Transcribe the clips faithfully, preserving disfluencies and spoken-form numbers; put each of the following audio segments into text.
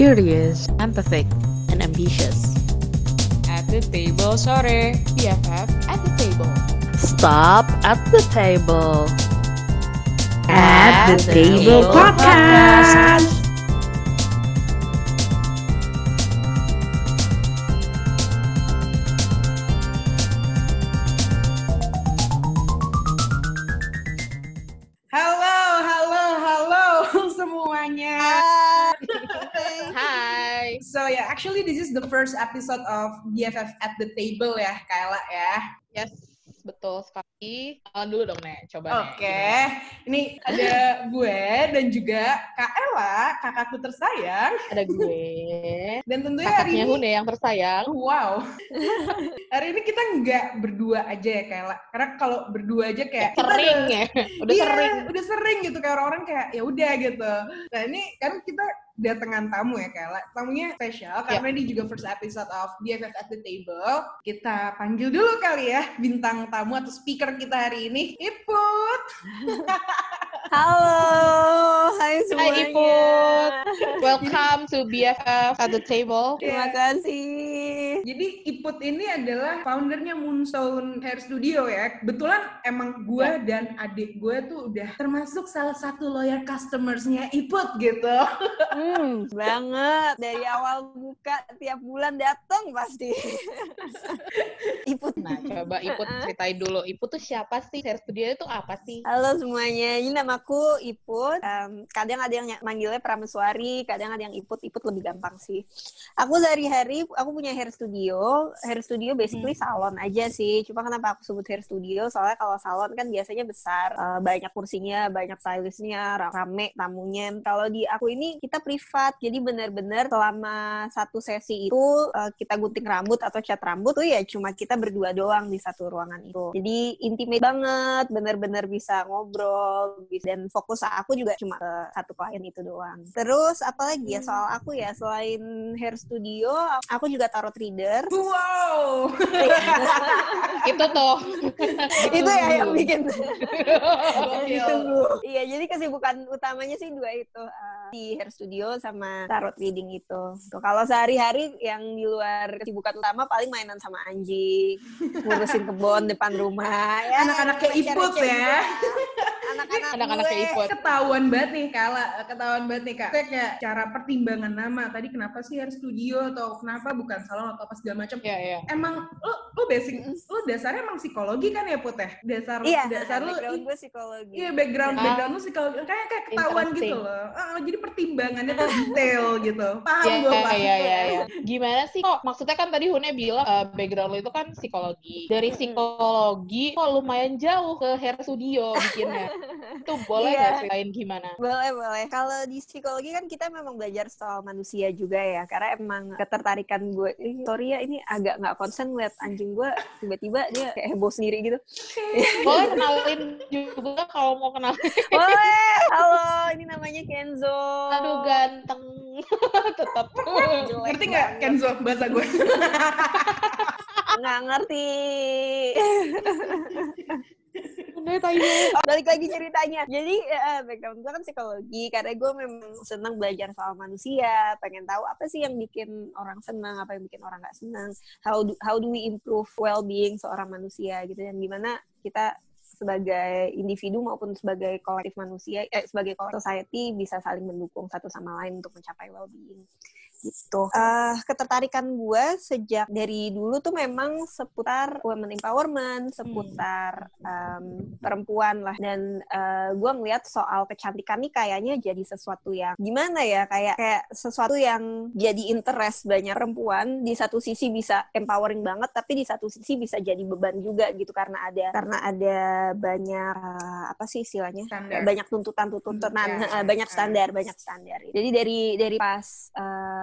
curious, empathic, and ambitious. At the table sore, B F F at the table. Stop at the table. At the Table Podcast. Halo, halo, halo semuanya. Hai. So yeah, actually this is the first episode of B F F at the table ya, Kayla ya. Yes, betul sekali. Kenalan dulu dong, Nek. Coba, Oke, Nek. ini ada gue dan juga Kak Ella, kakakku tersayang. Ada gue. Dan tentunya hari Kakaknya ini, Hune yang tersayang. wow, hari ini kita nggak berdua aja ya Kayla. Karena kalau berdua aja kayak kita Sering udah- ya. Udah iya, sering. udah sering gitu kayak orang-orang kayak ya udah gitu. Nah ini kan kita datangan tamu ya Kayla. Tamunya spesial karena ini juga first episode of B F F at the table. Kita panggil dulu kali ya bintang tamu atau speaker kita hari ini, Iput. Halo, hai semuanya. Hai Iput. Welcome to B F F at the table. Terima kasih. Jadi Iput ini adalah foundernya Moonstone Hair Studio ya. Kebetulan emang gue dan adik gue tuh udah termasuk salah satu loyal customersnya Iput gitu. Hmm, banget. Dari awal buka tiap bulan datang pasti. Iput. Nah, coba Iput ceritain dulu. Iput tuh siapa sih? Hair Studio itu apa sih? Halo semuanya, ini namaku Iput. Um, kadang ada yang manggilnya Prameswari, kadang ada yang Iput. Iput lebih gampang sih. Aku sehari-hari, aku punya hair studio. Hair studio basically salon aja sih. Cuma kenapa aku sebut hair studio? Soalnya kalau salon kan biasanya besar, uh, banyak kursinya, banyak stylistnya, rame tamunya. Kalau di aku ini kita privat, jadi benar-benar selama satu sesi itu uh, kita gunting rambut atau cat rambut tuh ya cuma kita berdua doang di satu ruangan itu. Jadi intimate banget, benar-benar bisa ngobrol, dan fokus aku juga cuma ke satu klien itu doang. Terus apalagi ya soal aku ya, selain hair studio, aku juga tarot reader. Wow. Itu tuh. Itu ya yang bikin Gokil. ditunggu. Iya, jadi kesibukan utamanya sih dua itu, uh, di hair studio sama tarot reading itu. Tuh, kalau sehari-hari yang di luar kesibukan utama paling mainan sama anjing, ngurusin kebun depan rumah. Ya, Anak-anak kayak Iput receh-receh ya. juga. Anak-anak, Anak-anak kayak gue. Iput. Ketahuan banget nih Kala, ketahuan banget nih Kak. Saya kayak cara pertimbangan nama tadi kenapa sih hair studio atau kenapa bukan salon atau apa segala macam. Iya, iya. Emang lu lu basic lu dasarnya emang psikologi kan ya Put ya? Dasar Iya, dasar lu background gue psikologi. iya background Ah. background lu psikologi kayak kayak ketahuan Interesting. gitu loh. Ah, jadi pertimbangannya tuh detail gitu. Paham Iya, gue Pak. iya, iya, iya. Gimana sih kok? Maksudnya kan tadi Hune bilang uh, background lo itu kan psikologi. Dari psikologi kok lumayan jauh ke hair studio bikinnya. Itu boleh nggak Iya. ceritain gimana? Boleh, boleh. Kalau di psikologi kan kita memang belajar soal manusia juga ya. Karena emang ketertarikan gue, eh, sorry ya ini agak nggak konsen liat anjing gue tiba-tiba dia kayak heboh sendiri gitu. Boleh kenalin juga kalau mau kenalin. Boleh. Halo, ini namanya Kenzo. Aduh ganteng. Tetap. Jelek Ngerti nggak banget. Kenzo bahasa gue? Nggak ngerti. Udah tanya. Balik lagi ceritanya. Jadi eh, background gue kan psikologi, karena gue memang senang belajar soal manusia, pengen tahu apa sih yang bikin orang senang, apa yang bikin orang nggak senang, how do, how do we improve well-being seorang manusia gitu, dan gimana kita sebagai individu maupun sebagai kolektif manusia, eh, sebagai kolektif society bisa saling mendukung satu sama lain untuk mencapai well-being. Gitu. Uh, ketertarikan gue sejak dari dulu tuh memang seputar women empowerment, seputar um, perempuan lah. Dan uh, gue ngeliat soal kecantikan nih kayaknya jadi sesuatu yang gimana ya, kayak kayak sesuatu yang jadi interest banyak perempuan. Di satu sisi bisa empowering banget, tapi di satu sisi bisa jadi beban juga gitu, karena ada karena ada banyak uh, apa sih istilahnya? Standar. Banyak tuntutan-tuntutan, Hmm, ya, banyak ya. standar, banyak standar. Jadi dari dari pas uh,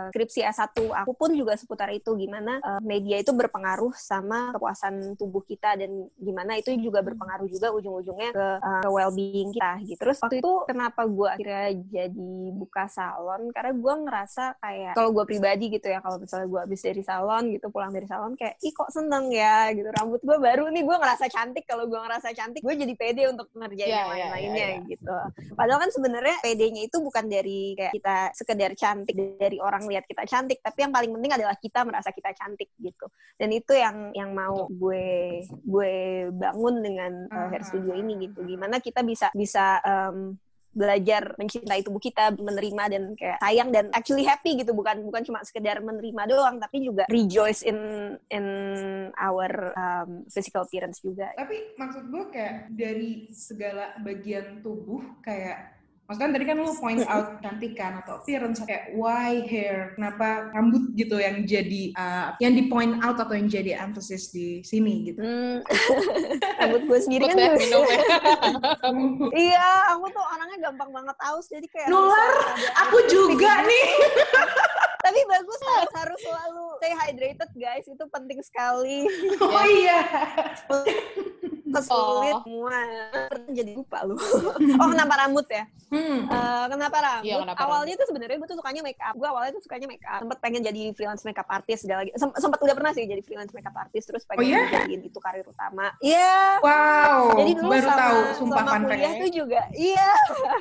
skripsi S satu aku pun juga seputar itu, gimana uh, media itu berpengaruh sama kepuasan tubuh kita dan gimana itu juga berpengaruh juga ujung-ujungnya ke, uh, ke well-being kita gitu. Terus waktu itu kenapa gue akhirnya jadi buka salon, karena gue ngerasa kayak kalau gue pribadi gitu ya, kalau misalnya gue habis dari salon gitu, pulang dari salon kayak ih kok seneng ya gitu, rambut gue baru nih, gue ngerasa cantik. Kalau gue ngerasa cantik gue jadi pede untuk ngerjain yeah, yang lain-lainnya yeah, yeah, yeah. gitu. Padahal kan sebenarnya pedenya itu bukan dari kayak kita sekedar cantik, dari orang lihat kita cantik, tapi yang paling penting adalah kita merasa kita cantik gitu. Dan itu yang yang mau gue gue bangun dengan uh, hair studio ini gitu. Gimana kita bisa bisa um, belajar mencintai tubuh kita, menerima dan kayak sayang dan actually happy gitu, bukan bukan cuma sekedar menerima doang, tapi juga rejoice in in our um, physical appearance juga. Tapi maksud gue kayak dari segala bagian tubuh kayak maksudnya tadi kan lu point out cantikan atau appearance, kayak why hair, kenapa rambut gitu yang jadi uh, yang di point out atau yang jadi emphasis di sini gitu. Hmm. Rambut gue sendiri kan minum ya. Iya, aku tuh orangnya gampang banget aus, jadi kayak nular, aku juga nih. Tapi bagus, harus, harus selalu stay hydrated guys, itu penting sekali. Oh iya. Kesulit oh. semua. Jadi lupa lu. Oh, kenapa rambut ya? Hmm. Uh, kenapa rambut? Ya, kenapa awalnya rambut? Tuh sebenarnya gue tuh sukanya make up. Gue awalnya tuh sukanya make up. Sempet pengen jadi freelance makeup artist segala lagi. Sem- sempet udah pernah sih jadi freelance makeup artist, terus pengen oh, yeah? jadiin itu karir utama. Iya. Yeah. Wow. Jadi dulu baru sama, tahu sumpah sama kuliah tuh juga. Iya.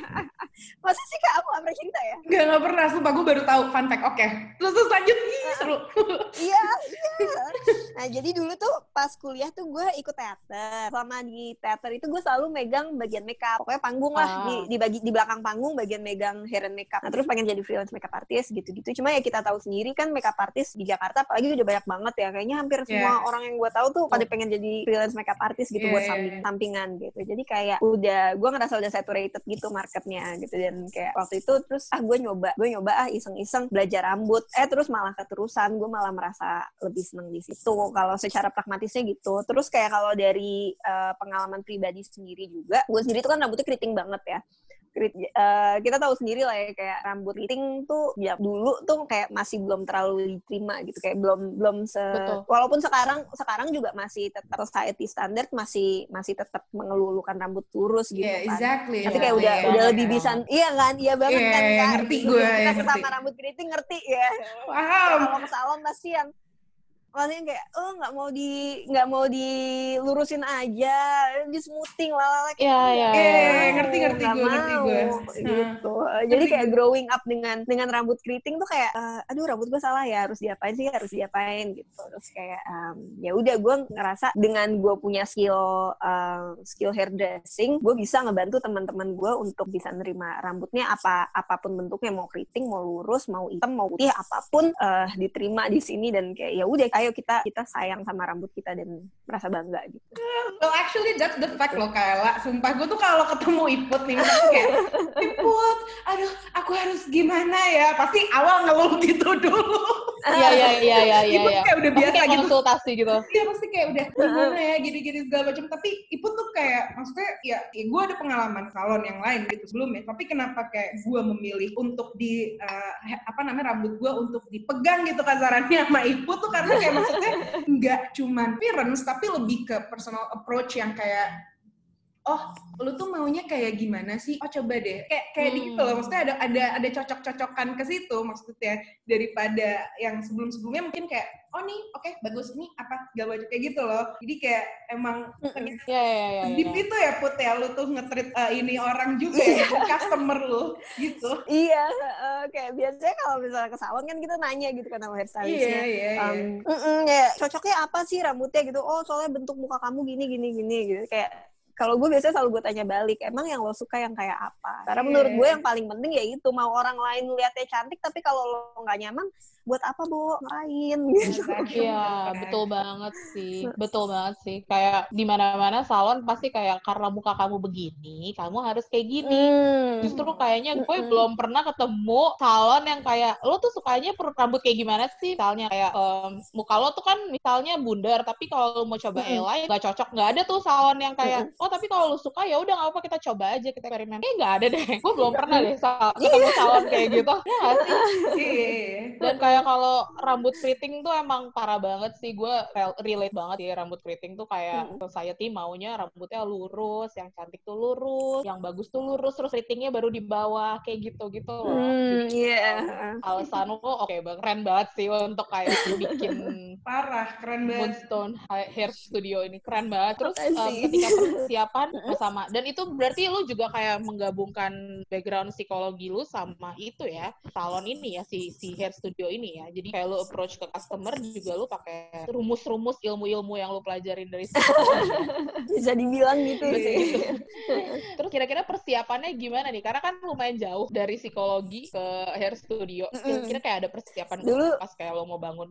Masa sih Kak, aku gak pernah cerita ya? Gak, gak pernah. Sumpah gue baru tahu fun fact. Oke. Okay. Terus terus lanjut. Ih, seru. Iya, iya. Nah, jadi dulu tuh pas kuliah tuh gue ikut teater. Selama di teater itu gue selalu megang bagian makeup. Pokoknya panggung lah, ah. di, di, bagi, di belakang panggung bagian megang hair and makeup. Nah, terus pengen jadi freelance makeup artist gitu-gitu. Cuma ya kita tahu sendiri kan makeup artist di Jakarta apalagi udah banyak banget ya. Kayaknya hampir yeah. semua orang yang gue tahu tuh pada pengen jadi freelance makeup artist gitu yeah, buat samping, yeah. sampingan gitu. Jadi kayak udah, gue ngerasa udah saturated gitu marketnya gitu. Dan kayak waktu itu terus ah gue nyoba, gue nyoba ah iseng-iseng belajar rambut. Eh terus malah keterusan, gue malah merasa lebih seneng di situ. Kalau secara pragmatisnya gitu. Terus kayak kalau dari uh, pengalaman pribadi sendiri juga, gue sendiri tuh kan rambutnya keriting banget ya. Uh, kita tahu sendiri lah ya, kayak rambut keriting tuh ya dulu tuh kayak masih belum terlalu diterima gitu, kayak belum belum se Betul. Walaupun sekarang sekarang juga masih tetap society standard masih masih tetap mengelulukan rambut lurus gitu yeah, kan. Exactly. Tapi kayak yeah, udah yeah, udah yeah, lebih yeah. bisa iya kan, iya banget yeah, kan Kak. Ngerti gue. Kita ngerti. Sama rambut keriting ngerti ya. Wow. Kalau ke salon pasti yang maksudnya kayak oh nggak mau di nggak mau dilurusin aja, di smoothing lalala kayak yeah, yeah, yeah. ngerti ngerti gue ngerti gue gitu. Hmm. Jadi kayak growing up dengan dengan rambut keriting tuh kayak uh, aduh rambut gue salah ya, harus diapain sih harus diapain gitu. Terus kayak um, ya udah gue ngerasa dengan gue punya skill uh, skill hairdressing, gue bisa ngebantu teman-teman gue untuk bisa nerima rambutnya apa apapun bentuknya, mau keriting mau lurus mau hitam mau putih apapun uh, diterima di sini. Dan kayak ya udah ayo kita kita sayang sama rambut kita dan merasa bangga gitu. Well actually that's the fact loh Kayla. Sumpah gue tuh kalau ketemu Iput nih kayak Iput, aduh aku harus gimana ya? Pasti awal ngeluh gitu dulu. Iya iya iya iya iya. Iput kayak udah biasa kayak gitu. Konsultasi gitu. Iya pasti kayak udah gimana ya gini-gini segala macam. Tapi Iput tuh kayak maksudnya ya, ya gue ada pengalaman salon yang lain gitu sebelumnya. Tapi kenapa kayak gue memilih untuk di uh, apa namanya rambut gue untuk dipegang gitu kasarannya sama Iput tuh karena kayak maksudnya nggak cuman appearance tapi lebih ke personal approach yang kayak oh lu tuh maunya kayak gimana sih, oh coba deh kayak kayak hmm. gitu loh, maksudnya ada ada ada cocok-cocokan ke situ maksudnya daripada yang sebelum-sebelumnya mungkin kayak oh nih oke okay, bagus ini apa gak baca kayak gitu loh. Jadi kayak emang ya ya ya deep itu ya Put ya lu tuh nge-treat uh, ini orang juga ya customer lu gitu. Iya uh, kayak biasanya kalau misalnya ke salon kan kita nanya gitu kan sama hairstylistnya. Iya iya um, iya. Ya, cocoknya apa sih rambutnya gitu, oh soalnya bentuk muka kamu gini gini gini gitu. Kayak kalau gue biasanya selalu gue tanya balik, emang yang lo suka yang kayak apa? Karena yeah. menurut gue yang paling penting ya itu, mau orang lain lihatnya cantik, tapi kalau lo nggak nyaman, buat apa Bo? Ngapain gitu. Iya, betul banget sih. Betul banget sih. Kayak di mana-mana salon pasti kayak karena muka kamu begini, kamu harus kayak gini. Hmm. Justru kayaknya gue hmm. belum pernah ketemu salon yang kayak lo tuh sukanya rambut kayak gimana sih? Misalnya kayak um, muka lo tuh kan misalnya bundar, tapi kalau lo mau coba hmm. eyeliner nggak cocok. Nggak ada tuh salon yang kayak hmm. oh oh tapi kalau lu suka ya udah nggak apa kita coba aja, kita eksperimen. Eh nggak ada deh, gue belum pernah deh sal- ketemu salon kayak gitu. Ya nggak sih? Dan kayak kalau rambut keriting tuh emang parah banget sih, gue relate banget ya, rambut keriting tuh kayak hmm. society maunya rambutnya lurus, yang cantik tuh lurus, yang bagus tuh lurus, terus keritingnya baru di bawah kayak gitu-gitu loh. Hmm, iya. Yeah. Alasan lo oke okay, bang, keren banget sih untuk kayak bikin parah, keren banget. Moonstone Hair Studio ini keren banget. Terus um, ketika persiapan sama, dan itu berarti lu juga kayak menggabungkan background psikologi lu sama itu ya, salon ini ya, si si hair studio ini ya. Jadi kayak lu approach ke customer juga lu pakai rumus-rumus ilmu-ilmu yang lu pelajarin dari psikologi. Bisa dibilang gitu sih. Terus kira-kira persiapannya gimana nih? Karena kan lumayan jauh dari psikologi ke hair studio. Kira-kira kayak ada persiapan dulu pas kayak lo mau bangun.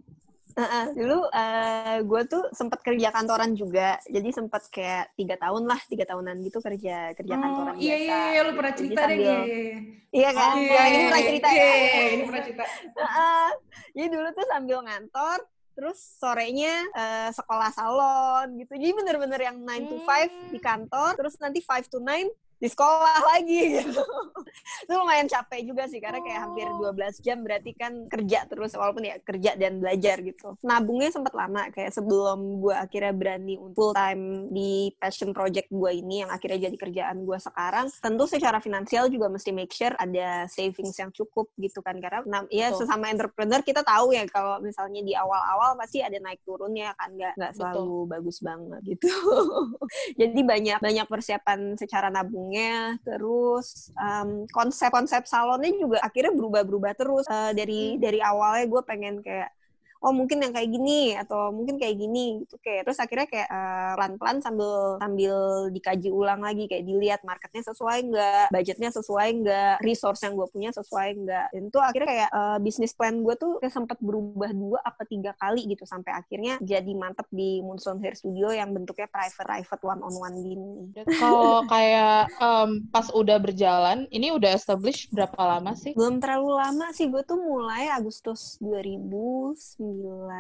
Uh-uh. Dulu uh, gue tuh sempat kerja kantoran juga, jadi sempat kayak tiga tahun lah, tiga tahunan gitu kerja kerja kantoran oh, iya, biasa. Iya iya lu pernah cerita jadi deh. sambil, iya kan? Oh, iya, ya, ini pernah cerita iya, ya. Iya, ini pernah cerita. uh-uh. Jadi dulu tuh sambil ngantor, terus sorenya uh, sekolah salon gitu. Jadi bener-bener yang nine to five di kantor, terus nanti five to nine di sekolah lagi gitu. Itu lumayan capek juga sih, karena kayak hampir dua belas jam berarti kan kerja terus, walaupun ya kerja dan belajar gitu. Nabungnya sempat lama, kayak sebelum gue akhirnya berani full time di passion project gue ini yang akhirnya jadi kerjaan gue sekarang. Tentu secara finansial juga mesti make sure ada savings yang cukup gitu kan, karena nah, ya Betul. Sesama entrepreneur kita tahu ya kalau misalnya di awal-awal pasti ada naik turunnya kan, nggak nggak selalu Betul. bagus banget gitu. Jadi banyak banyak persiapan secara nabung. Terus um, konsep-konsep salonnya juga akhirnya berubah-berubah terus. Uh, dari dari awalnya gue pengen kayak oh mungkin yang kayak gini atau mungkin kayak gini gitu, kayak terus akhirnya kayak uh, pelan-pelan sambil sambil dikaji ulang lagi, kayak dilihat marketnya sesuai nggak, budgetnya sesuai nggak, resource yang gue punya sesuai nggak. Dan itu akhirnya kayak uh, bisnis plan gue tuh kayak sempat berubah dua apa tiga kali gitu sampai akhirnya jadi mantep di Moonstone Hair Studio yang bentuknya private private one on one gini. Kalau kayak um, pas udah berjalan, ini udah establish berapa lama sih? Belum terlalu lama sih, gue tuh mulai Agustus dua ribu sembilan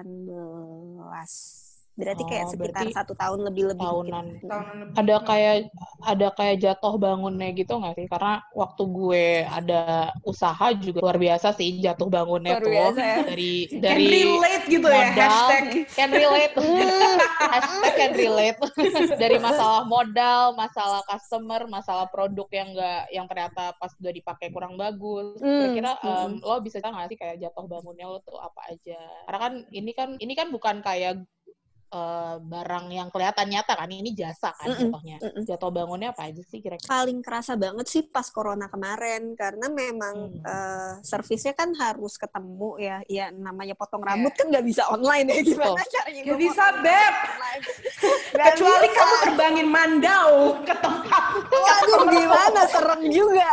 belas. Berarti kayak oh, sekitar satu tahun lebih-lebih tahunan. Gitu. Ada kayak ada kayak jatuh bangunnya gitu nggak sih? Karena waktu gue ada usaha juga luar biasa sih jatuh bangunnya luar tuh biasa, ya. dari can dari relate gitu modal, ya hashtag can relate hashtag can relate dari masalah modal, masalah customer, masalah produk yang enggak yang ternyata pas udah dipakai kurang bagus. Kira-kira um, lo bisa nggak sih kayak jatuh bangunnya lo tuh apa aja? Karena kan ini kan ini kan bukan kayak Uh, barang yang kelihatan nyata kan, ini jasa kan jatuhnya. Jatuh bangunnya apa aja sih kira-kira? Paling kerasa banget sih pas corona kemarin, karena memang hmm. uh, servisnya kan harus ketemu ya, ya namanya potong rambut yeah. kan nggak bisa online ya, gimana oh. caranya? Gak bisa Beb, kecuali bisa. Kamu terbangin Mandau ke tempat. Waduh gimana, serem juga.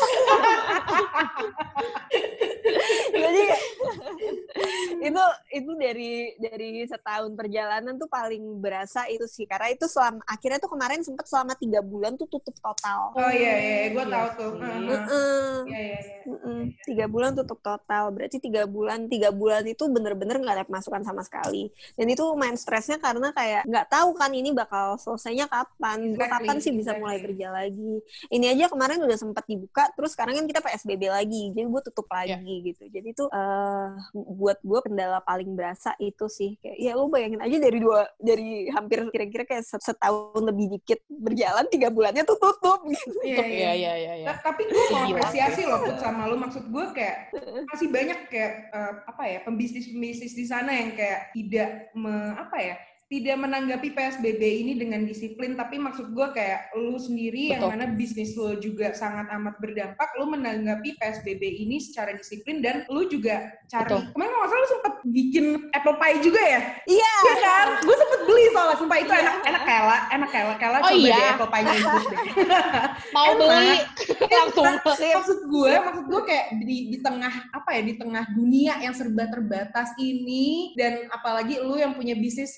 Jadi itu itu dari dari setahun perjalanan tuh paling berasa itu sih, karena itu selama akhirnya tuh kemarin sempet selama tiga bulan tuh tutup total. Oh iya iya, gue tahu tuh. Iya iya tiga bulan tutup total, berarti tiga bulan tiga bulan itu bener-bener nggak ada pemasukan sama sekali. Dan itu main stresnya karena kayak nggak tahu kan ini bakal selesainya kapan, exactly, kapan sih bisa exactly. mulai kerja lagi. Ini aja kemarin udah sempat dibuka, terus sekarang kan kita P S B B lagi, jadi gue tutup lagi yeah. gitu. Jadi itu uh, buat gue kendala paling berasa itu sih, kayak ya lu bayangin aja dari dua dari hampir kira-kira kayak setahun lebih dikit berjalan, tiga bulannya tuh tutup gitu. Iya iya iya iya. Ya. Tapi gue mau apresiasi loh Put sama lu, maksud gue kayak masih banyak kayak uh, apa ya pembisnis-pembisnis di sana yang kayak tidak me, apa ya tidak menanggapi P S B B ini dengan disiplin, tapi maksud gue kayak lu sendiri Betul. yang mana bisnis lu juga sangat amat berdampak, lu menanggapi P S B B ini secara disiplin dan lu juga cari. Betul. Kemarin nggak salah lu sempet bikin apple pie juga ya? Iya. Iya kan? Gue sempet beli soalnya, sumpah itu enak enak kela, enak kela, kela oh, coba iya? deh apple pie-nya itu deh. Mau beli langsung. Maksud gue, maksud gue kayak di di tengah apa ya, di tengah dunia yang serba terbatas ini, dan apalagi lu yang punya bisnis yang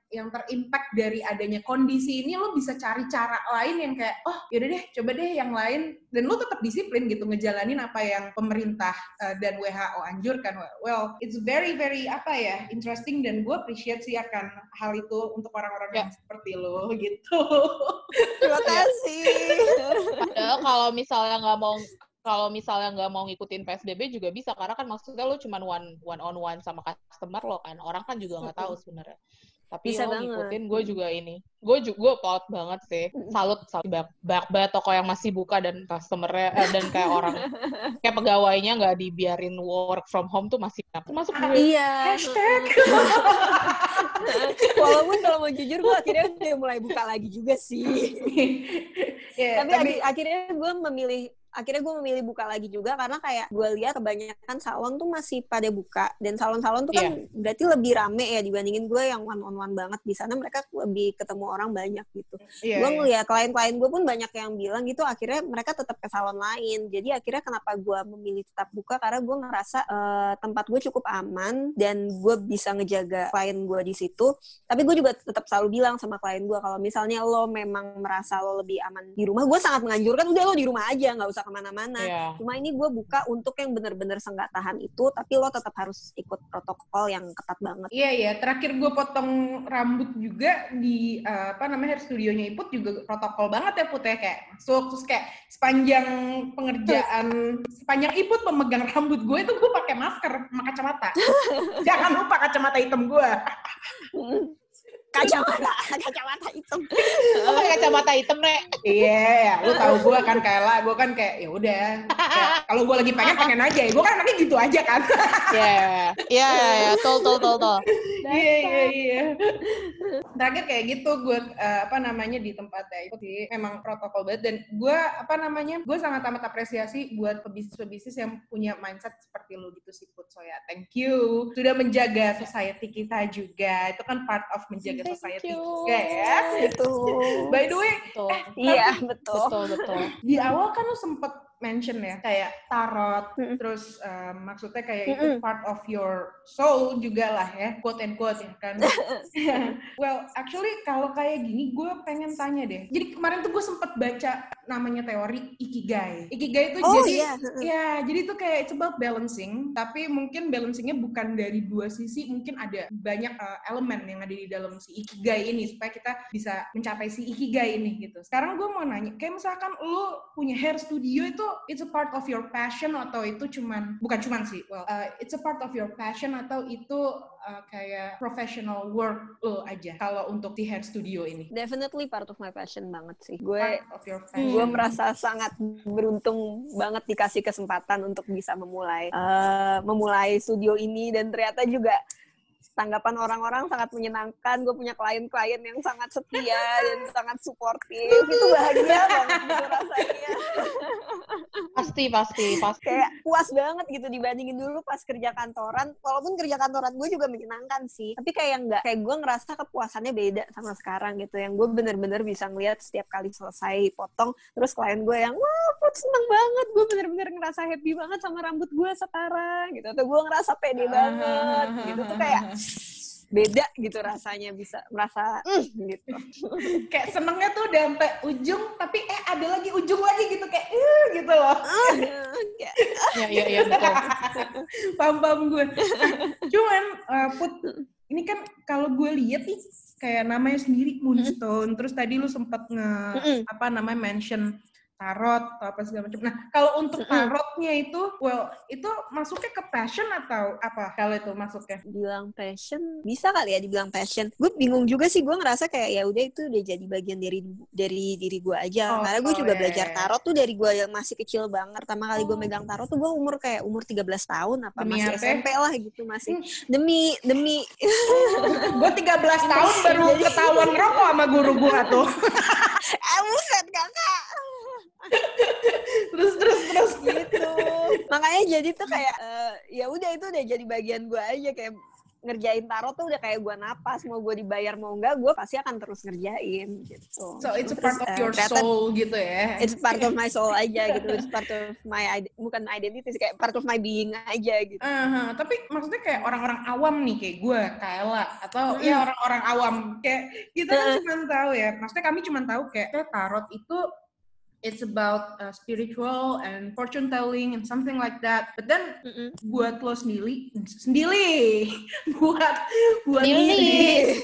yang terimpact dari adanya kondisi ini, lo bisa cari cara lain yang kayak, oh yaudah deh, coba deh yang lain, dan lo tetap disiplin gitu ngejalanin apa yang pemerintah uh, dan W H O anjurkan. Well, it's very very apa ya, interesting, dan gue appreciate sih akan hal itu untuk orang-orang Ya. yang seperti lo gitu. Terima kasih. Padahal kalau misalnya nggak mau kalau misalnya nggak mau ngikutin P S B B juga bisa, karena kan maksudnya lo cuma one one on one sama customer lo kan, orang kan juga nggak tahu sebenarnya. Tapi Bisa lo banget. ngikutin, gue juga ini, gue juga gue proud banget sih, salut, salut banyak, banyak banget toko yang masih buka dan customernya eh, dan kayak orang kayak pegawainya nggak dibiarin work from home tuh masih masuk gue. Iya. Hashtag. Walaupun kalau mau jujur gue akhirnya udah mulai buka lagi juga sih. Yeah, tapi, tapi akhirnya gue memilih akhirnya gue memilih buka lagi juga karena kayak gue lihat kebanyakan salon tuh masih pada buka, dan salon-salon tuh kan yeah. berarti lebih rame ya dibandingin gue yang one on one banget. Di sana mereka lebih ketemu orang banyak gitu. Yeah, gue ngeliat yeah. klien-klien gue pun banyak yang bilang gitu, akhirnya mereka tetap ke salon lain. Jadi akhirnya kenapa gue memilih tetap buka, karena gue ngerasa uh, tempat gue cukup aman dan gue bisa ngejaga klien gue di situ. Tapi gue juga tetap selalu bilang sama klien gue, kalau misalnya lo memang merasa lo lebih aman di rumah, gue sangat menganjurkan udah lo di rumah aja, nggak usah kemana-mana. Yeah. Cuma ini gue buka untuk yang bener-bener senggak tahan itu, tapi lo tetap harus ikut protokol yang ketat banget. Iya, yeah, iya. Yeah. Terakhir gue potong rambut juga di, uh, apa namanya, hair studionya Iput juga protokol banget ya, Put ya. Kayak masuk, terus kayak sepanjang pengerjaan, sepanjang Iput memegang rambut gue itu gue pakai masker sama kacamata. Jangan lupa kacamata hitam gue. Kacamata, kacamata hitam. Oh, pakai kacamata hitam, Re. Iya, ya, lu tahu gue kan kayak gue kan kayak ya udah. Kalau gue lagi pengen pengen aja, gue kan anaknya gitu aja kan. Iya, iya, iya, tol, tol, tol, tol. Iya, iya, iya. Terakhir kayak gitu gue uh, apa namanya di tempatnya itu sih memang protokol banget, dan gue apa namanya gue sangat amat apresiasi buat pebisnis-pebisnis yang punya mindset seperti lu gitu sih, Put. So ya, thank you sudah menjaga society kita juga. Itu kan part of menjaga society juga ya. Itu. By the way, betul. eh, iya betul. Betul, betul. Di awal kan lu sempet mention ya kayak tarot, mm-hmm. terus um, maksudnya kayak mm-hmm. itu part of your soul juga lah ya, quote and quote ya kan. Well, actually kalau kayak gini gue pengen tanya deh. Jadi kemarin tuh gue sempet baca namanya teori Ikigai. Ikigai itu oh, jadi yeah. ya jadi itu kayak it's about balancing, tapi mungkin balancingnya bukan dari dua sisi, mungkin ada banyak uh, elemen yang ada di dalam si Ikigai ini supaya kita bisa mencapai si Ikigai ini gitu. Sekarang gue mau nanya, kayak misalkan lu punya hair studio itu it's a part of your passion atau itu cuman, bukan cuman sih, well, uh, it's a part of your passion atau itu uh, kayak professional work lo aja kalau untuk di hair studio ini? Definitely part of my passion banget sih. Gue part of your passion. Gue merasa sangat beruntung banget dikasih kesempatan untuk bisa memulai uh, memulai studio ini, dan ternyata juga tanggapan orang-orang sangat menyenangkan. Gue punya klien-klien yang sangat setia dan sangat suportif. Itu bahagia banget gitu rasanya. Pasti, pasti, pasti. Kayak puas banget gitu dibandingin dulu pas kerja kantoran. Walaupun kerja kantoran gue juga menyenangkan sih, tapi kayak enggak, kayak gue ngerasa kepuasannya beda sama sekarang gitu. Yang gue bener-bener bisa ngeliat setiap kali selesai potong, terus klien gue yang, wah Put seneng banget, gue bener-bener ngerasa happy banget sama rambut gue sekarang gitu. Atau gue ngerasa pede banget gitu. Tuh kayak beda gitu rasanya, bisa merasa mm, gitu. Kayak senengnya tuh udah sampai ujung, tapi eh ada lagi ujung lagi gitu kayak uh, gitu loh. Iya iya iya betul. Paham-paham gue. Cuman uh, Put, ini kan kalau gue lihat nih kayak namanya sendiri Moonstone, terus tadi lu sempet nge apa namanya mention tarot atau apa segala macam. Nah, kalau untuk tarotnya itu, well, itu masuknya ke passion atau apa? Kalau itu masuknya? Bilang passion, bisa kali ya dibilang passion. Gue bingung juga sih, gue ngerasa kayak ya udah itu udah jadi bagian dari dari diri gue aja. Oh, karena gue oh, juga yeah. belajar tarot tuh dari gue yang masih kecil banget. Pertama kali gue megang tarot tuh gue umur kayak umur tiga belas tahun apa demi masih apa? S M P lah gitu masih. Hmm. Demi demi gue tiga belas tahun baru ketahuan rokok sama guru gue tuh. Eh, buset kakak. terus terus terus gitu. Makanya jadi tuh kayak uh, ya udah itu udah jadi bagian gue aja, kayak ngerjain tarot tuh udah kayak gue napas, mau gue dibayar mau enggak, gue pasti akan terus ngerjain gitu. So it's a Terus, part of uh, your soul gitu ya. It's part of my soul aja gitu. It's part of my bukan identity sih, kayak part of my being aja gitu. Uh-huh. Tapi maksudnya kayak orang-orang awam nih kayak gue, Kayla, atau mm. ya orang-orang awam kayak kita kan uh. cuma tahu ya. Maksudnya kami cuma tahu kayak tarot itu it's about uh, spiritual and fortune telling and something like that. But then mm-mm. buat lo sendiri, sendiri, buat buat sendiri,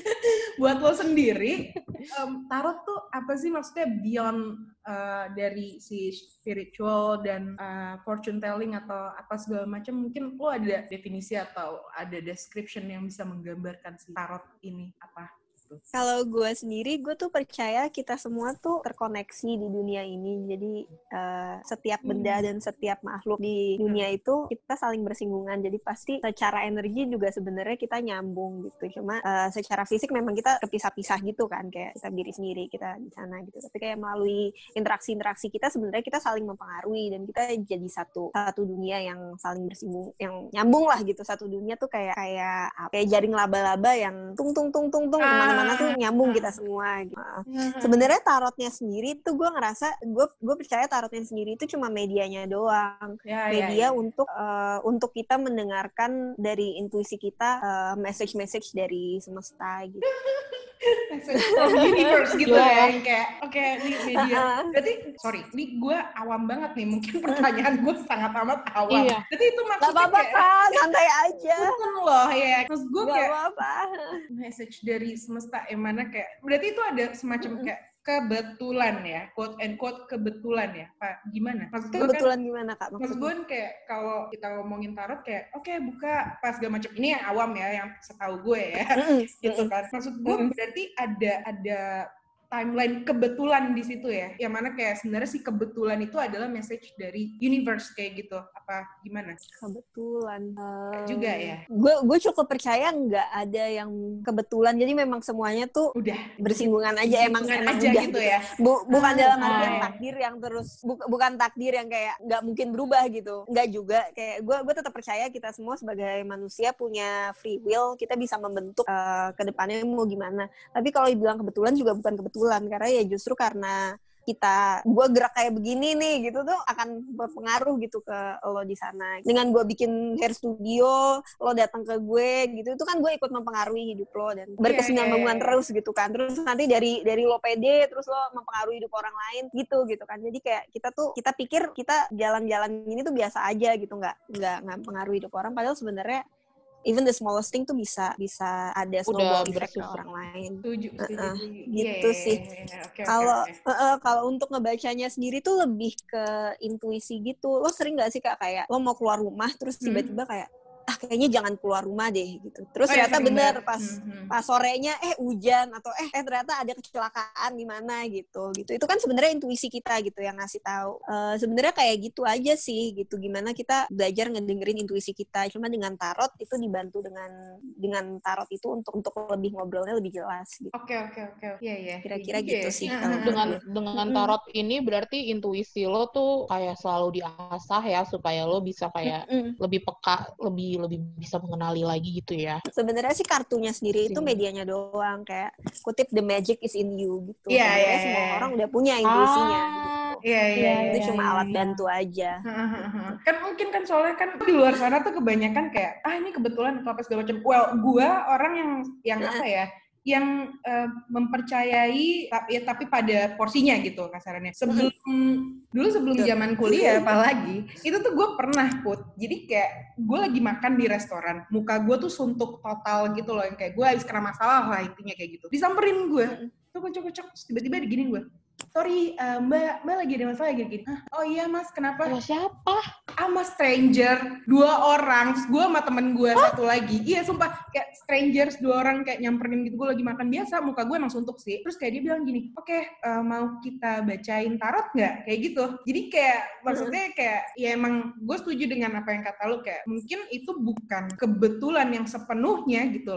buat lo sendiri, um, tarot tuh apa sih maksudnya beyond uh, dari si spiritual dan uh, fortune telling atau apa segala macam? Mungkin lo ada definisi atau ada description yang bisa menggambarkan si tarot ini apa? Kalau gue sendiri, gue tuh percaya kita semua tuh terkoneksi di dunia ini. Jadi uh, setiap benda dan setiap makhluk di dunia itu kita saling bersinggungan. Jadi pasti secara energi juga sebenarnya kita nyambung gitu. Cuma uh, secara fisik memang kita kepisah-pisah gitu kan, kayak kita diri sendiri, kita di sana gitu. Tapi kayak melalui interaksi-interaksi kita sebenarnya kita saling mempengaruhi dan kita jadi satu satu dunia yang saling bersinggung, yang nyambung lah gitu. Satu dunia tuh kayak kayak kayak jaring laba-laba yang tung tung tung tung tung kemana-mana mana tuh nyambung kita semua gitu. Sebenarnya tarotnya sendiri tuh gue ngerasa gue gue percaya tarotnya sendiri itu cuma medianya doang. Ya, media ya, ya. untuk uh, untuk kita mendengarkan dari intuisi kita uh, message-message dari semesta gitu. Message from universe gitu ya, yang kayak oke okay, nih media. Berarti sorry, ini gue awam banget nih, mungkin pertanyaan gue sangat amat awam. Iya. Jadi itu maksudnya gak apa-apa kayak kan, santai aja. Bukan loh ya, terus gue gak kayak apa-apa. Message dari semesta yang mana kayak berarti itu ada semacam kayak kebetulan ya, quote and quote kebetulan ya, Pak? Gimana? Maksud kebetulan kan, gimana Kak? Maksud gue kan kayak kalau kita ngomongin tarot kayak oke okay, buka pas segala macam, ini yang awam ya, yang setahu gue ya, gitu kan. Maksud gue berarti ada ada timeline kebetulan di situ ya, yang mana kayak sebenarnya si kebetulan itu adalah message dari universe kayak gitu, apa gimana? Kebetulan um, juga ya. Gue gue cukup percaya nggak ada yang kebetulan, jadi memang semuanya tuh udah bersinggungan aja, emang emang aja udah gitu ya. Bu, bukan ah, dalam artian ah, takdir yang terus bu, bukan takdir yang kayak nggak mungkin berubah gitu, nggak juga. Kayak gue gue tetap percaya kita semua sebagai manusia punya free will, kita bisa membentuk uh, ke depannya mau gimana. Tapi kalau dibilang kebetulan juga bukan kebetulan. Karena ya justru karena kita gue gerak kayak begini nih gitu tuh akan berpengaruh gitu ke lo di sana. Dengan gue bikin hair studio, lo datang ke gue gitu, itu kan gue ikut mempengaruhi hidup lo dan berkesinambungan yeah, yeah, yeah. terus gitu kan. Terus nanti dari dari lo pede, terus lo mempengaruhi hidup orang lain gitu gitu kan. Jadi kayak kita tuh kita pikir kita jalan-jalan ini tuh biasa aja gitu, nggak nggak nggak mempengaruhi hidup orang. Padahal sebenarnya even the smallest thing tuh bisa bisa ada snowball effect ke orang lain. Setuju, setuju. Uh-uh. Yeah, gitu yeah, sih. Yeah, yeah. Okay, kalau okay, okay. uh, kalau untuk ngebacanya sendiri tuh lebih ke intuisi gitu. Lo sering nggak sih Kak kayak lo mau keluar rumah terus tiba-tiba kayak ah kayaknya jangan keluar rumah deh gitu. Terus oh, ternyata ya, bener pas hmm, hmm. pas sorenya eh hujan atau eh eh ternyata ada kecelakaan di mana gitu. Gitu. Itu kan sebenarnya intuisi kita gitu yang ngasih tahu. Uh, sebenarnya kayak gitu aja sih gitu. Gimana kita belajar ngedengerin intuisi kita. Cuma dengan tarot itu dibantu dengan dengan tarot itu untuk untuk lebih ngobrolnya lebih jelas gitu. Oke oke oke. Iya iya. Kira-kira gitu yeah. sih yeah. kalau dengan dengan tarot ini berarti intuisi lo tuh kayak selalu diasah ya supaya lo bisa kayak mm-hmm. lebih peka, lebih lebih bisa mengenali lagi gitu ya. Sebenarnya sih kartunya sendiri Sini. itu medianya doang, kayak kutip the magic is in you gitu. Yeah, Sebenarnya yeah, semua yeah. orang udah punya intuisinya ah, gitu. Iya iya. Itu yeah, cuma yeah, alat yeah. bantu aja. Kan mungkin kan soalnya kan di luar sana tuh kebanyakan kayak ah ini kebetulan atau apa segala macam. Well, gua orang yang yang apa ya? yang uh, mempercayai tapi ya, tapi pada porsinya gitu kasarannya. Sebelum dulu sebelum zaman kuliah apalagi itu tuh gue pernah put. Jadi kayak gue lagi makan di restoran, muka gue tuh suntuk total gitu loh, yang kayak gue habis kena masalah lah intinya kayak gitu. Disamperin gue, tuh kocok-kocok, tiba-tiba diginin gue. Sorry, uh, mbak, mbak lagi ada masalah gini-gini. Oh iya mas, kenapa? Sama siapa? Sama stranger, dua orang, terus gue sama temen gue satu lagi. Iya sumpah, kayak strangers dua orang kayak nyamperin gitu. Gue lagi makan biasa, muka gue emang suntuk sih. Terus kayak dia bilang gini, oke okay, uh, mau kita bacain tarot nggak? Kayak gitu. Jadi kayak, maksudnya kayak, ya emang gue setuju dengan apa yang kata lo, kayak mungkin itu bukan kebetulan yang sepenuhnya gitu loh.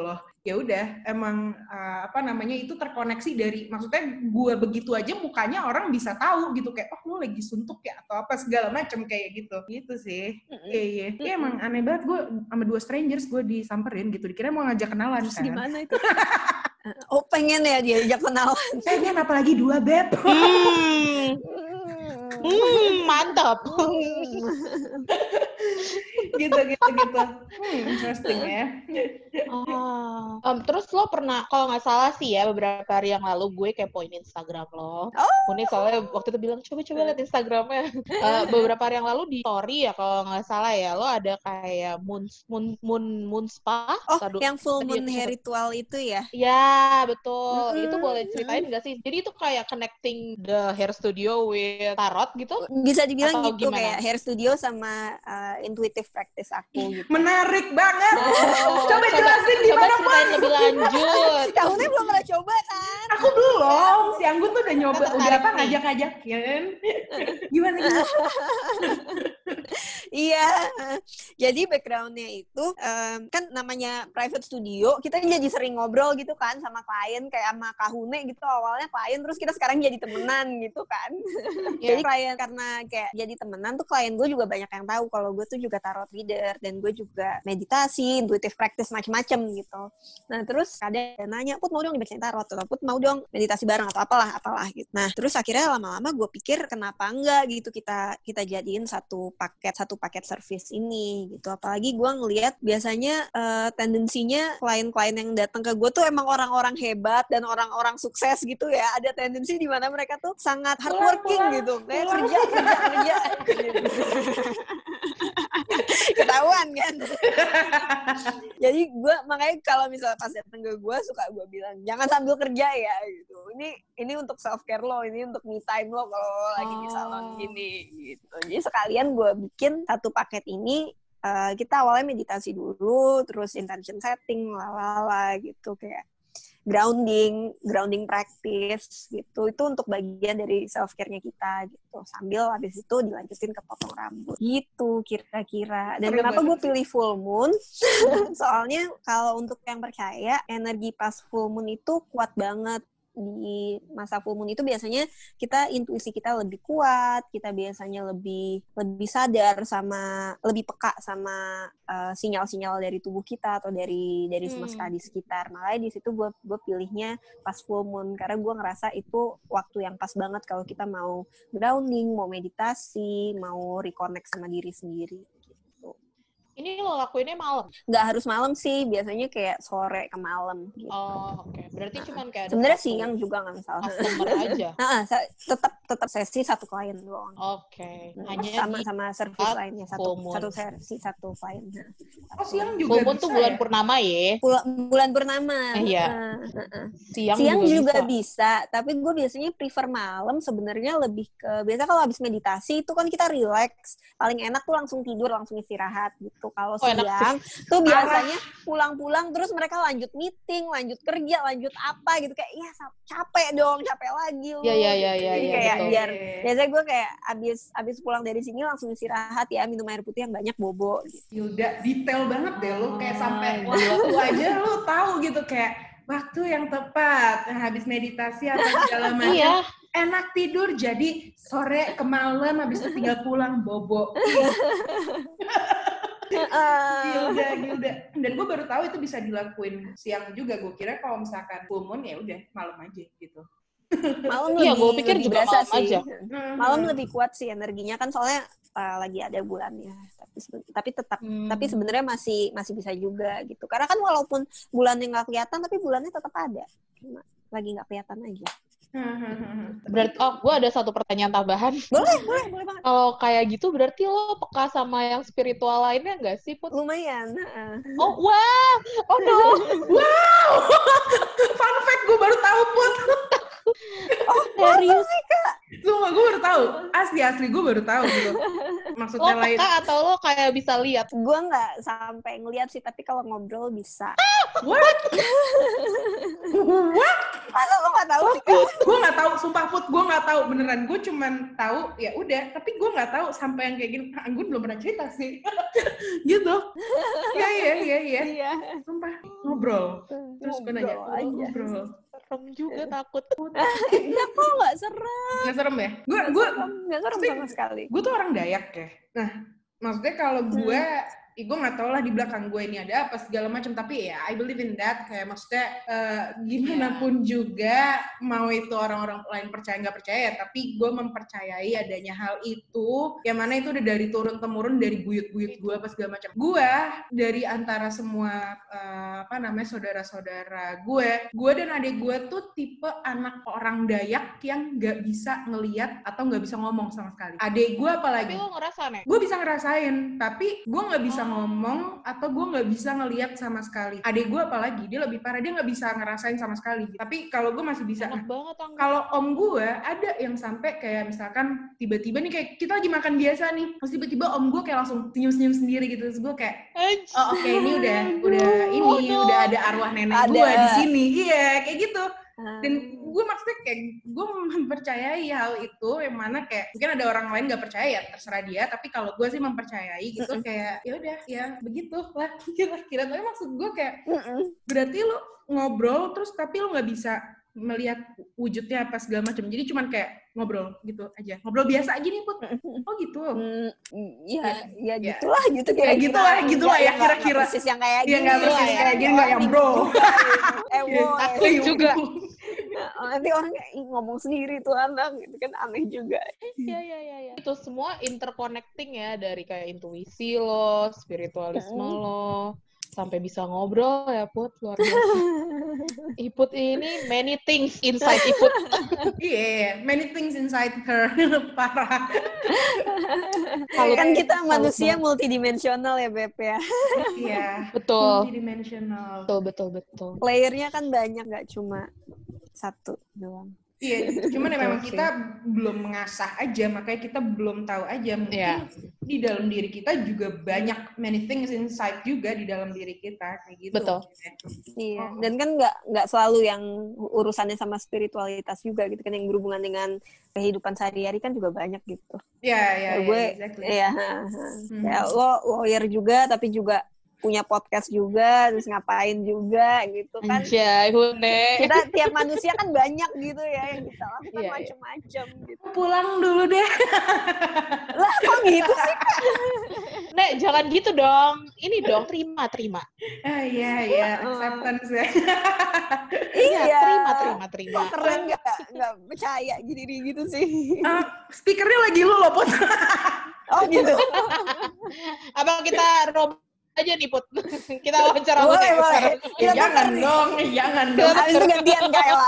ya udah emang uh, apa namanya itu terkoneksi dari, maksudnya gue begitu aja mukanya orang bisa tahu gitu, kayak oh lu lagi suntuk ya atau apa segala macam kayak gitu gitu sih. Iya iya iya emang aneh banget, gue sama dua strangers gue disamperin gitu, dikira mau ngajak kenalan. Terus kan gimana itu? Oh pengen ya dia ajak kenalan. pengen apalagi dua beb. Hmm. Hmm, mantap. gitu gitu gitu. Hmm, interesting ya. Oh. Um, terus lo pernah, kalau nggak salah sih ya, beberapa hari yang lalu gue kepoin Instagram lo. Oh. Unik soalnya waktu itu bilang coba-coba lihat Instagramnya. uh, beberapa hari yang lalu di story ya kalau nggak salah ya, lo ada kayak moon moon moon moon spa. Oh, Tadu, yang full tadi moon aku hair sempet- ritual itu ya? Ya betul. Mm-mm. Itu boleh ceritain nggak sih? Jadi itu kayak connecting the hair studio with tarot gitu? Bisa dibilang Atau gitu, gimana? kayak hair studio sama uh, intuitive practice aku gitu. Menarik banget. Oh, Coba jelasin coba gimana, ceritain lebih lanjut. Tahunnya belum pernah coba kan? Aku belum, si Anggun tuh udah nyoba, Kita udah tertarik apa nih. ngajak-ngajakin. Gimana gimana? Iya, jadi backgroundnya itu um, kan namanya private studio, kita jadi sering ngobrol gitu kan sama klien, kayak sama Kahune gitu, awalnya klien, terus kita sekarang jadi temenan gitu kan. Yeah. Jadi klien, karena kayak jadi temenan tuh klien gue juga banyak yang tahu kalau gue tuh juga tarot reader, dan gue juga meditasi, intuitive practice macam-macam gitu. Nah terus ada yang nanya, Put mau dong dibacain tarot, atau Put mau dong meditasi bareng atau apalah apalah gitu. Nah terus akhirnya lama-lama gue pikir kenapa enggak gitu kita kita jadiin satu paket satu paket service ini gitu. Apalagi gue ngelihat biasanya uh, tendensinya klien-klien yang datang ke gue tuh emang orang-orang hebat dan orang-orang sukses gitu ya. Ada tendensi di mana mereka tuh sangat hardworking pulang, gitu, kayak pulang. kerja kerja kerja. Ketahuan kan. Jadi gue makanya kalau misalnya pas datang ke gue suka gue bilang jangan sambil kerja ya gitu. Ini ini untuk self care lo, ini untuk me time lo kalau lo lagi di salon gini gitu. Jadi sekalian gue bikin satu paket ini, uh, kita awalnya meditasi dulu, terus intention setting, lalala gitu, kayak grounding, grounding practice gitu. Itu untuk bagian dari self care-nya kita gitu. Sambil habis itu dilanjutin ke potong rambut. Gitu kira-kira. Dan Seru kenapa banget. gue pilih full moon? Soalnya kalau untuk yang percaya, energi pas full moon itu kuat banget. Di masa full moon itu biasanya kita intuisi kita lebih kuat, kita biasanya lebih lebih sadar sama lebih peka sama uh, sinyal-sinyal dari tubuh kita atau dari dari semesta Hmm. di sekitar. Makanya di situ gue gue pilihnya pas full moon karena gue ngerasa itu waktu yang pas banget kalau kita mau grounding, mau meditasi, mau reconnect sama diri sendiri. Ini lo lakuinnya malam? Nggak harus malam sih, biasanya kayak sore ke malam gitu. Oh, oke. Okay. Berarti cuman kayak ada Sebenarnya satu siang juga nggak masalah. customer aja. Nah, tetap tetap sesi satu klien doang. Oke. Nah, Hanya sama di sama service saat lainnya satu full moon. satu sesi satu klien. Nah, Oh siang juga full moon bisa tuh bulan ya? purnama ya. Pula- bulan purnama. Eh, iya. Nah, nah, nah. Siang, Siang juga, juga, bisa. bisa, tapi gue biasanya prefer malam. Sebenarnya lebih ke biasa kalau habis meditasi itu kan kita relax, paling enak tuh langsung tidur, langsung istirahat gitu. Kalau Oh, enak siang tuh biasanya pulang-pulang terus mereka lanjut meeting, lanjut kerja, lanjut apa gitu, kayak ya capek dong, capek lagi lu. Iya, iya, iya, iya, Jadi iya, kayak betul. biar biasanya gue kayak abis abis pulang dari sini langsung istirahat ya, minum air putih yang banyak, bobo gitu. Yuda, detail banget deh lu, kayak sampai Ah, waktu aja lu tahu gitu, kayak waktu yang tepat, nah, habis meditasi atau segala macam. Iya. Enak tidur, jadi sore ke malam, habis itu tinggal pulang, bobo. Gilda, Gilda. Dan gue baru tahu itu bisa dilakuin siang juga. Gue kira kalau misalkan full moon ya udah malam aja gitu. Malam Iya, lebih, gue pikir lebih juga berasa malam sih. aja. Malam lebih kuat sih energinya kan, soalnya uh, lagi ada bulannya. Tapi tapi tetap Hmm. tapi sebenarnya masih masih bisa juga gitu. Karena kan walaupun bulannya nggak kelihatan, tapi bulannya tetap ada. Cuma lagi nggak kelihatan aja. Berarti, oh, gue ada satu pertanyaan tambahan. Boleh, boleh, boleh banget. Kalau kayak gitu berarti lo peka sama yang spiritual lainnya nggak sih, Put? Lumayan. Uh. Oh, wow! Oh, no! Wow! Fun fact, gue baru tahu, Put. Oh, serius sih, Kak? Sumpah, gue baru tahu. Asli-asli gue baru tahu gitu. Lo Maksudnya lain. peka atau lo kayak bisa lihat? Gue nggak sampai ngeliat sih, tapi kalau ngobrol bisa. What? What? Masa lo nggak tahu sih, Kak? Gue nggak tahu, sumpah Put, gue nggak tahu beneran. Gue cuman tahu ya udah, tapi gue nggak tahu sampai yang kayak gini. Ah, gue belum pernah cerita sih, gitu. Iya iya iya iya. Iya. Sumpah ngobrol. terus gue nanya, Ngobrol aja. ngobrol. Serem juga takut. Enggak kok, nggak serem. Nggak serem ya? Gue Nggak gue serem, nggak serem pasti- sama sekali. gue tuh orang Dayak ya. Nah, maksudnya kalau gue, Hmm. ih, gue nggak tau lah di belakang gue ini ada apa segala macam, tapi ya I believe in that. Kayak maksudnya eh, gimana pun juga, mau itu orang-orang lain percaya nggak percaya, tapi gue mempercayai adanya hal itu, yang mana itu udah dari turun temurun dari buyut-buyut gue apa segala macam. Gue dari antara semua eh, apa namanya saudara-saudara gue, gue dan adik gue tuh tipe anak orang Dayak yang nggak bisa ngelihat atau nggak bisa ngomong sama sekali. Adik gue Tapi apalagi. lo ngerasa nih? Gue bisa ngerasain, tapi gue nggak bisa Oh. ngomong atau gue nggak bisa ngelihat sama sekali. Adik gue apalagi, dia lebih parah, dia nggak bisa ngerasain sama sekali. Tapi kalau gue masih bisa. Enak banget, Ang. Kalau om gue ada yang sampai kayak misalkan tiba-tiba nih kayak kita lagi makan biasa nih, terus tiba-tiba om gue kayak langsung senyum-senyum sendiri gitu, terus gue kayak, Anjir. oh oke ini udah udah ini Oh, no. udah ada arwah nenek Ada. gue di sini, iya kayak gitu. Dan Hmm. gue maksudnya kayak gue mempercayai hal itu, yang mana kayak mungkin ada orang lain nggak percaya ya terserah dia, tapi kalau gue sih mempercayai gitu. Kayak ya udah ya begitu lah kira-kira. Tapi maksud gue kayak Mm-mm. berarti lu ngobrol terus tapi lu nggak bisa melihat wujudnya apa segala macam, jadi cuman kayak ngobrol gitu aja, ngobrol biasa aja nih Put. Oh gitu. Hmm, ya, ya Ya. gitulah gitu Ya, kira-kira. gitulah, gitulah ya, Nggak- nggak kira-kira. persis yang kayak Iya nggak gini persis lah ya. kayak gini, nggak yang bro. Eh, woy. Takut juga. Nah, nanti orang kayak, "Ih, ngomong sendiri tuh anak," gitu kan aneh juga. Iya, iya, iya, iya. Itu semua interconnecting ya, dari kayak intuisi lo, spiritualisme Mm. lo, sampai bisa ngobrol ya, Put. Luar biasa. Iput ini many things inside Iput. Iya, many things inside her. Parah. Salut. Kan kita Salut manusia banget. multidimensional ya, Beb ya. Iya. Betul. Multidimensional. Betul, betul, betul. Layernya kan banyak, nggak cuma satu doang. Iya, cuman ya Betul memang sih. kita belum mengasah aja, makanya kita belum tahu aja. Mungkin Iya. di dalam diri kita juga banyak many things inside juga di dalam diri kita kayak gitu. Betul. Iya, Oh. dan kan nggak nggak selalu yang urusannya sama spiritualitas juga gitu kan, yang berhubungan dengan kehidupan sehari-hari kan juga banyak gitu. Iya, iya, Kalau iya, gue, exactly. Iya, ya lo lawyer juga tapi juga punya podcast juga, terus ngapain juga gitu kan. Anjay, Hunde. Kita tiap manusia kan banyak gitu ya yang kita lakukan Iya, iya. macam-macam gitu. Pulang dulu deh. Lah kok gitu sih? Nek, jangan gitu dong. Ini dong, terima, terima. Ah, iya, iya, acceptance ya. Iya, Iya. terima, terima, terima. Kok keren nggak nggak percaya gini gitu sih? Ah, speakernya lagi lu loh, Pot. Oh gitu. Apa kita rob aja nih, Put? Kita wawancara Boleh, Hunde boleh. sekarang. Kita Jangan tukar nih. dong, jangan dong. Abis itu gantian Kayla.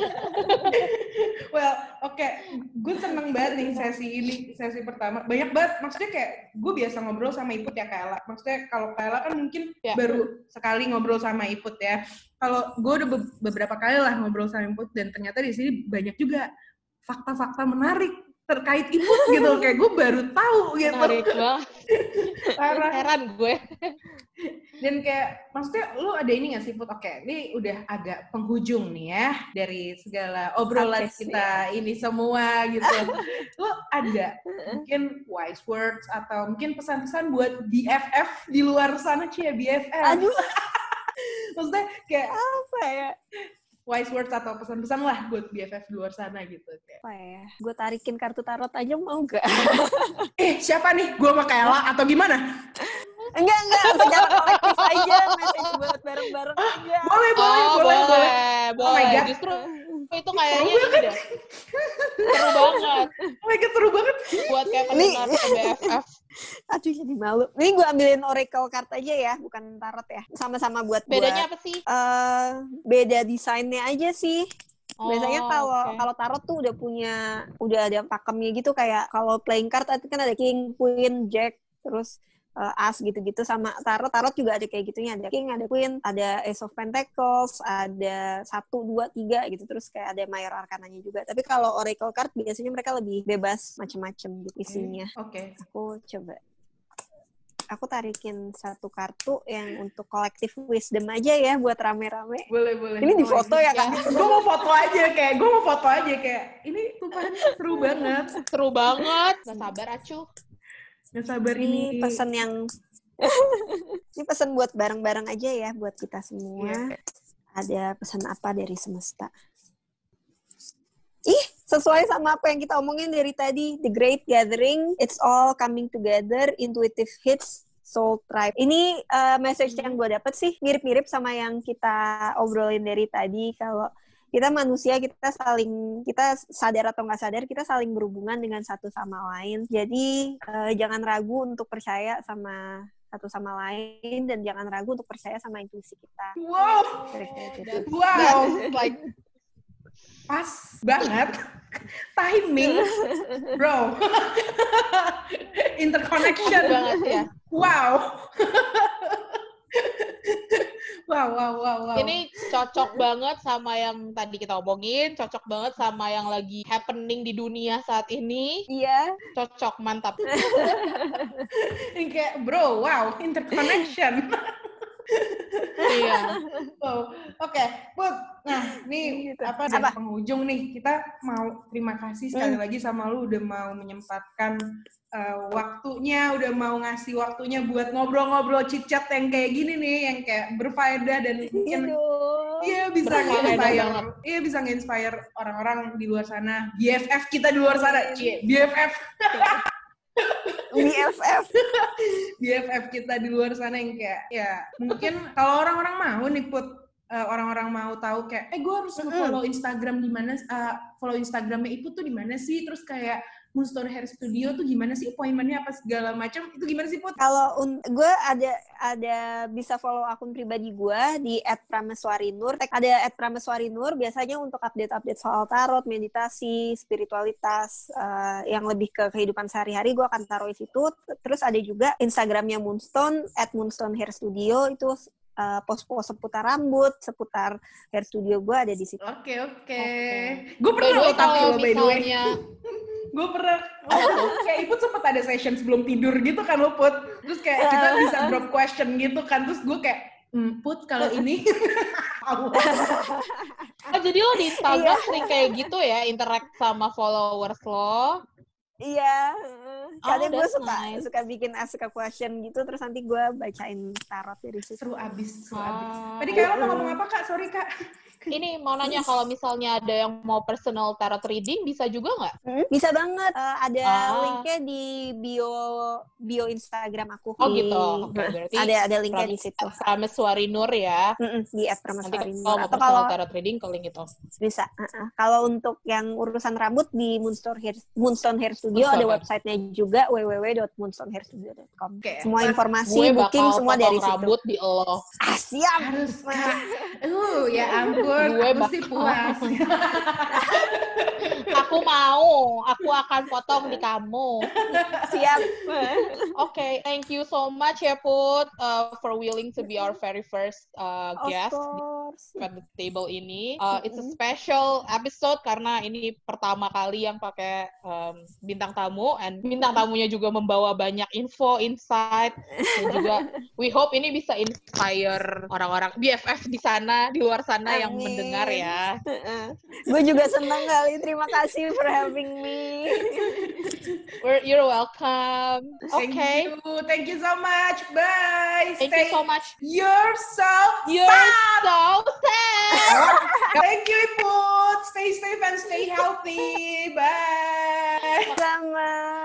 Well, oke, gue seneng banget nih sesi ini, sesi pertama. Banyak banget, maksudnya kayak gue biasa ngobrol sama Iput ya Kayla. Maksudnya kalau Kayla kan mungkin Ya. baru sekali ngobrol sama Iput ya. Kalau gue udah be- beberapa kali lah ngobrol sama Iput, dan ternyata di sini banyak juga fakta-fakta menarik terkait Iput gitu. Kayak gue baru tahu gitu. Menarik banget. Parah. Heran gue. Dan kayak, maksudnya lu ada ini gak sih, Put? Oke, ini udah agak penghujung nih ya, dari segala obrolan Oke, kita ini semua gitu. Lu ada mungkin wise words atau mungkin pesan-pesan buat B F F di luar sana, Cia, B F F? Aduh, Maksudnya kayak apa ya? wise words atau pesan-pesan lah buat B F F di luar sana gitu. Kayak, Apa ya? Gue tarikin kartu tarot aja mau gak? eh, siapa nih? Gue sama Kayla atau gimana? Enggak, enggak. Secara kolektif aja. Message buat bareng-bareng aja. Boleh, boleh, Oh, boleh, boleh. boleh. Oh my God. Justru itu kayaknya ini deh. Seru banget. Oh my God, seru banget. Buat kayak Nih. pendengar B F F. Aduh, jadi malu. Ini gue ambilin oracle card aja ya, bukan tarot ya. Sama-sama buat Bedanya buat, apa sih? eh, beda desainnya aja sih. Biasanya Oh, kalau oke. kalau tarot tuh udah punya udah ada pakemnya gitu, kayak kalau playing card itu kan ada king, queen, jack, terus uh, as gitu-gitu. Sama tarot tarot juga ada kayak gitunya, ada king, ada queen, ada ace of pentacles, ada satu, dua, tiga gitu, terus kayak ada mayor arkananya juga. Tapi kalau oracle card biasanya mereka lebih bebas macem-macem gitu isinya. Oke. Aku coba aku tarikin satu kartu yang untuk collective wisdom aja ya buat rame-rame. Boleh, boleh. Ini di foto ya kan? Gue mau foto aja kayak, gue mau foto aja kayak, ini Tuhan seru banget. Seru banget. Gak sabar, Acu. Gak sabar Ini ini. pesan yang ini pesan buat bareng-bareng aja ya buat kita semua. Iya. Ada pesan apa dari semesta? Ih, sesuai sama apa yang kita omongin dari tadi. The Great Gathering, it's all coming together, intuitive hits, soul tribe. Ini uh, message yang gue dapet sih mirip-mirip sama yang kita obrolin dari tadi. Kalau kita manusia, kita saling, kita sadar atau nggak sadar, kita saling berhubungan dengan satu sama lain. Jadi uh, jangan ragu untuk percaya sama satu sama lain, dan jangan ragu untuk percaya sama intuisi kita. Wow, That's, wow, that's like pas banget. Timing, bro. Interconnection banget ya. Wow. Wow, wow, wow, wow. Ini cocok banget sama yang tadi kita omongin, cocok banget sama yang lagi happening di dunia saat ini. Iya. Cocok, mantap. Ini kayak, bro, wow, interconnection. Iya. Wow. Oke, okay, Put. Nah, nih Gitu. apa dari Apa? penghujung nih, kita mau terima kasih sekali Hmm. lagi sama lu udah mau menyempatkan uh, waktunya, udah mau ngasih waktunya buat ngobrol-ngobrol chit-chat yang kayak gini nih, yang kayak berfaedah dan mungkin iya bisa Berfaedah nge-inspire, banget. iya bisa nge-inspire orang-orang di luar sana, B F F kita di luar sana, cie, B F F. B F F. B F F kita di luar sana yang kayak ya mungkin kalau orang-orang mau nih Put, uh, orang-orang mau tahu kayak eh gue harus follow Instagram di mana, uh, follow Instagramnya Ibu tuh di mana sih, terus kayak Moonstone Hair Studio tuh gimana sih, appointment-nya apa segala macam, itu gimana sih Put? Kalau un- gue ada ada bisa follow akun pribadi gue di et prameswarinur. Ada et prameswarinur biasanya untuk update-update soal tarot, meditasi, spiritualitas, uh, yang lebih ke kehidupan sehari-hari gue akan taruh di situ. Terus ada juga Instagramnya Moonstone, at Moonstone Hair Studio, itu uh, post-post seputar rambut, seputar hair studio gue ada di situ. Oke oke. Oke. Gue By pernah the way, loh tapi kalau lo by the way. misalnya Gue pernah, kayak Ibu sempet ada session sebelum tidur gitu kan lo Put, terus kayak kita bisa drop question gitu kan, terus gue kayak, hmm, Put kalau ini, oh, jadi lo di Instagram sering kayak gitu ya, interact sama followers lo. Iya, kadang gue that's suka nice. suka bikin ask a question gitu, terus nanti gue bacain tarot dari situ. seru abis, seru Ah, abis. Tadi Kak lo mau ngomong apa Kak? Sorry Kak. Ini mau nanya, kalau misalnya ada yang mau personal tarot reading, bisa juga nggak? Hmm, bisa banget. Uh, ada Ah. linknya di bio bio Instagram aku. Oh Di- gitu. Oke, berarti ada ada linknya Pram- di situ. Prameswarinur ya. Mm-mm, di et Nanti prameswarinur. kalau mau Atau personal kalau tarot reading, ke link itu. bisa. Uh-uh. Kalau untuk yang urusan rambut di Moonstone Hair, Moonstone Hair Studio Moonstone ada Hair. websitenya juga w w w dot moonstone hair studio dot com. Oke. Semua informasi Gue booking bakal semua potong dari situ. rambut di lo. Ah, siap. Harus Kak. Uh, ya ampun, Gue aku sih bakal. puas. Aku mau, aku akan potong di kamu. Siap. Oke, thank you so much ya Put, uh, for willing to be our very first uh, Of guest course. at the table ini. Uh, it's a special episode karena ini pertama kali yang pakai um, bintang tamu, and bintang tamunya juga membawa banyak info, insight, dan juga we hope ini bisa inspire orang-orang B F F di sana, di luar sana yang Amin. mendengar ya. Gue juga senang kali. Terima kasih for having me. We're, you're welcome. Thank Okay. you, thank you so much. Bye. Thank Stay you so much. yourself. You're so sad. Thank you, Put. Stay safe and stay healthy. Bye. Sama.